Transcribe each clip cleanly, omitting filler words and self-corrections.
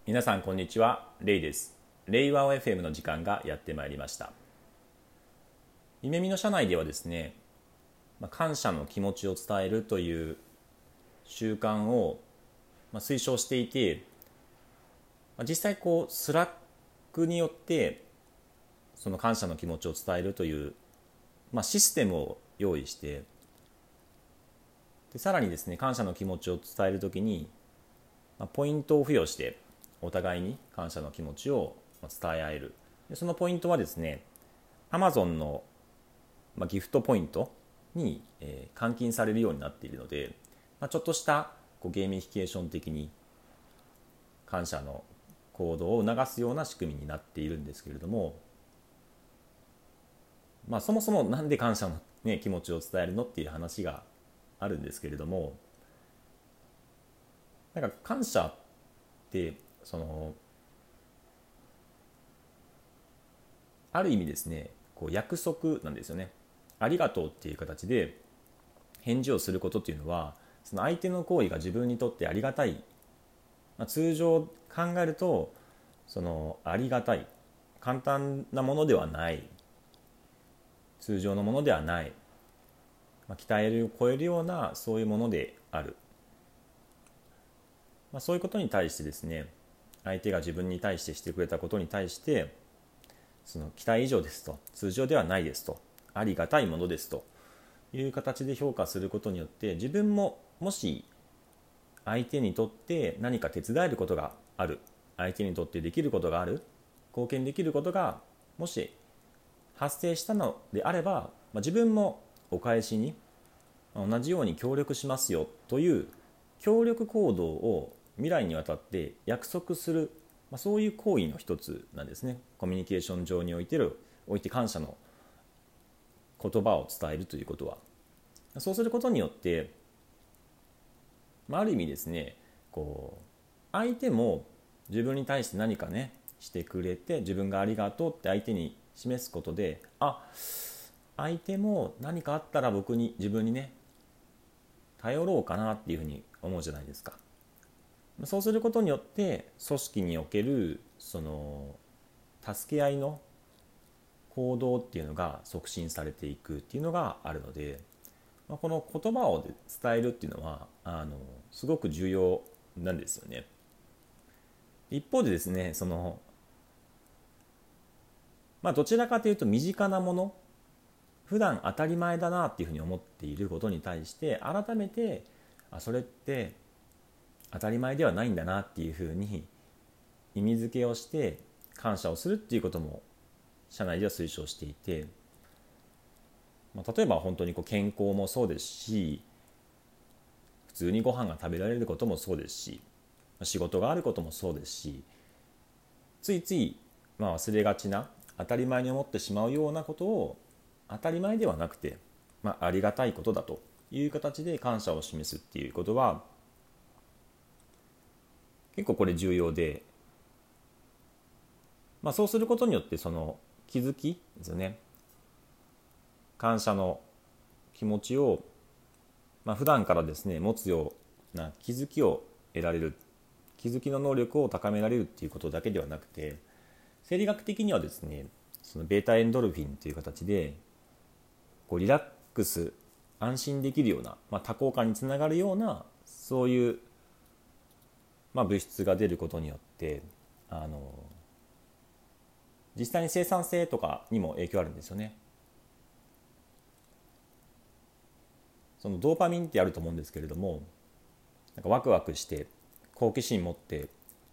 皆さんこんにちは、レイです。レイワオ FM の時間がやってまいりました。夢見の社内ではですね、感謝の気持ちを伝えるという習慣を推奨していて、実際スラックによってその感謝の気持ちを伝えるという、システムを用意して、でさらにですね、感謝の気持ちを伝えるときに、ポイントを付与してお互いに感謝の気持ちを伝え合える。でそのポイントはですね、 Amazon のギフトポイントに換金されるようになっているので、ちょっとしたゲーミフィケーション的に感謝の行動を促すような仕組みになっているんですけれども、そもそもなんで感謝の、気持ちを伝えるのっていう話があるんですけれども、なんか感謝ってある意味ですね、約束なんですよね。ありがとうっていう形で返事をすることっていうのは、その相手の行為が自分にとってありがたい、通常考えるとありがたい、簡単なものではない、通常のものではない、期待を超えるようなそういうものである、そういうことに対してですね、相手が自分に対してしてくれたことに対して、その期待以上ですと、通常ではないですと、ありがたいものですという形で評価することによって、自分ももし相手にとって何か手伝えることがある、相手にとってできることがある、貢献できることがもし発生したのであれば、自分もお返しに同じように協力しますよという協力行動を未来にわたって約束する、そういう行為の一つなんですね。コミュニケーション上において感謝の言葉を伝えるということは、そうすることによって、ある意味ですね、相手も自分に対して何かねしてくれて、自分がありがとうって相手に示すことで、相手も何かあったら自分にね頼ろうかなっていうふうに思うじゃないですか。そうすることによって組織における助け合いの行動っていうのが促進されていくっていうのがあるので、この言葉を伝えるっていうのはすごく重要なんですよね。一方でですね、どちらかというと身近なもの、普段当たり前だなっていうふうに思っていることに対して改めて、それって当たり前ではないんだなっていうふうに意味付けをして感謝をするっていうことも社内では推奨していて、例えば本当に健康もそうですし、普通にご飯が食べられることもそうですし、仕事があることもそうですし、ついつい忘れがちな、当たり前に思ってしまうようなことを当たり前ではなくて、ありがたいことだという形で感謝を示すっていうことは結構これ重要で、そうすることによってその気づきですよね、感謝の気持ちを、普段からですね持つような気づきを得られる、気づきの能力を高められるっていうことだけではなくて、生理学的にはですね、そのベータエンドルフィンという形でリラックス、安心できるような、多幸感につながるようなそういう、物質が出ることによって実際に生産性とかにも影響あるんですよね。そのドーパミンってあると思うんですけれども、ワクワクして好奇心持って、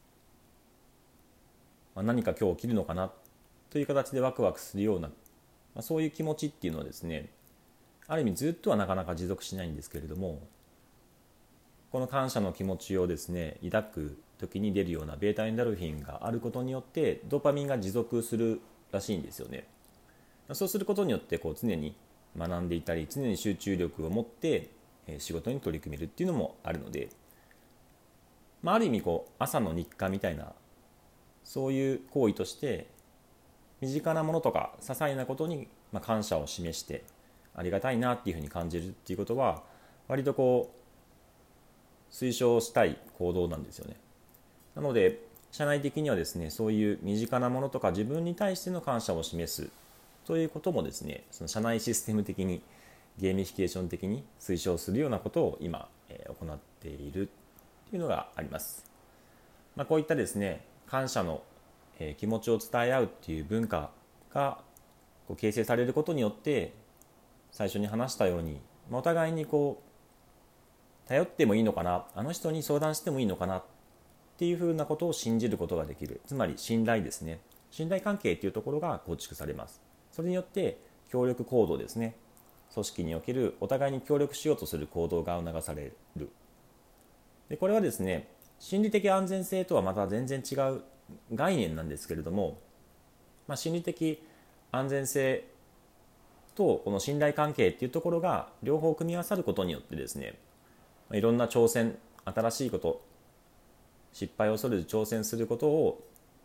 何か今日起きるのかなという形でワクワクするような、そういう気持ちっていうのはですね、ある意味ずっとはなかなか持続しないんですけれども、この感謝の気持ちをですね抱く時に出るようなベータエンドルフィンがあることによってドーパミンが持続するらしいんですよね。そうすることによって常に学んでいたり、常に集中力を持って仕事に取り組めるっていうのもあるので、ある意味朝の日課みたいなそういう行為として身近なものとか些細なことに感謝を示してありがたいなっていうふうに感じるっていうことは割と推奨したい行動なんですよね。なので社内的にはですね、そういう身近なものとか自分に対しての感謝を示すということもですね、その社内システム的にゲーミフィケーション的に推奨するようなことを今、行っているというのがあります。こういったですね、感謝の、気持ちを伝え合うっていう文化が形成されることによって、最初に話したように、お互いに頼ってもいいのかな、あの人に相談してもいいのかなっていうふうなことを信じることができる。つまり信頼ですね。信頼関係っていうところが構築されます。それによって協力行動ですね。組織におけるお互いに協力しようとする行動が促される。でこれはですね、心理的安全性とはまた全然違う概念なんですけれども、心理的安全性とこの信頼関係っていうところが両方組み合わさることによってですね、いろんな挑戦、新しいこと、失敗を恐れず挑戦することを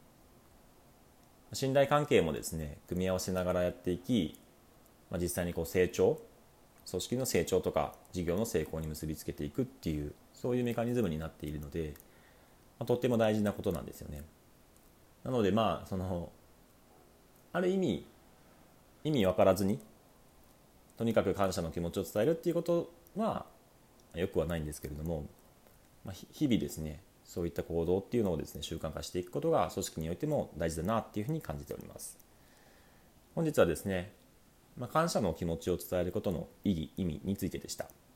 信頼関係もですね組み合わせながらやっていき、実際に成長、組織の成長とか事業の成功に結びつけていくっていう、そういうメカニズムになっているので、とっても大事なことなんですよね。なのである意味分からずにとにかく感謝の気持ちを伝えるっていうことはよくはないんですけれども、日々ですねそういった行動っていうのをですね習慣化していくことが組織においても大事だなっていうふうに感じております。本日はですね、感謝の気持ちを伝えることの意義、意味についてでした。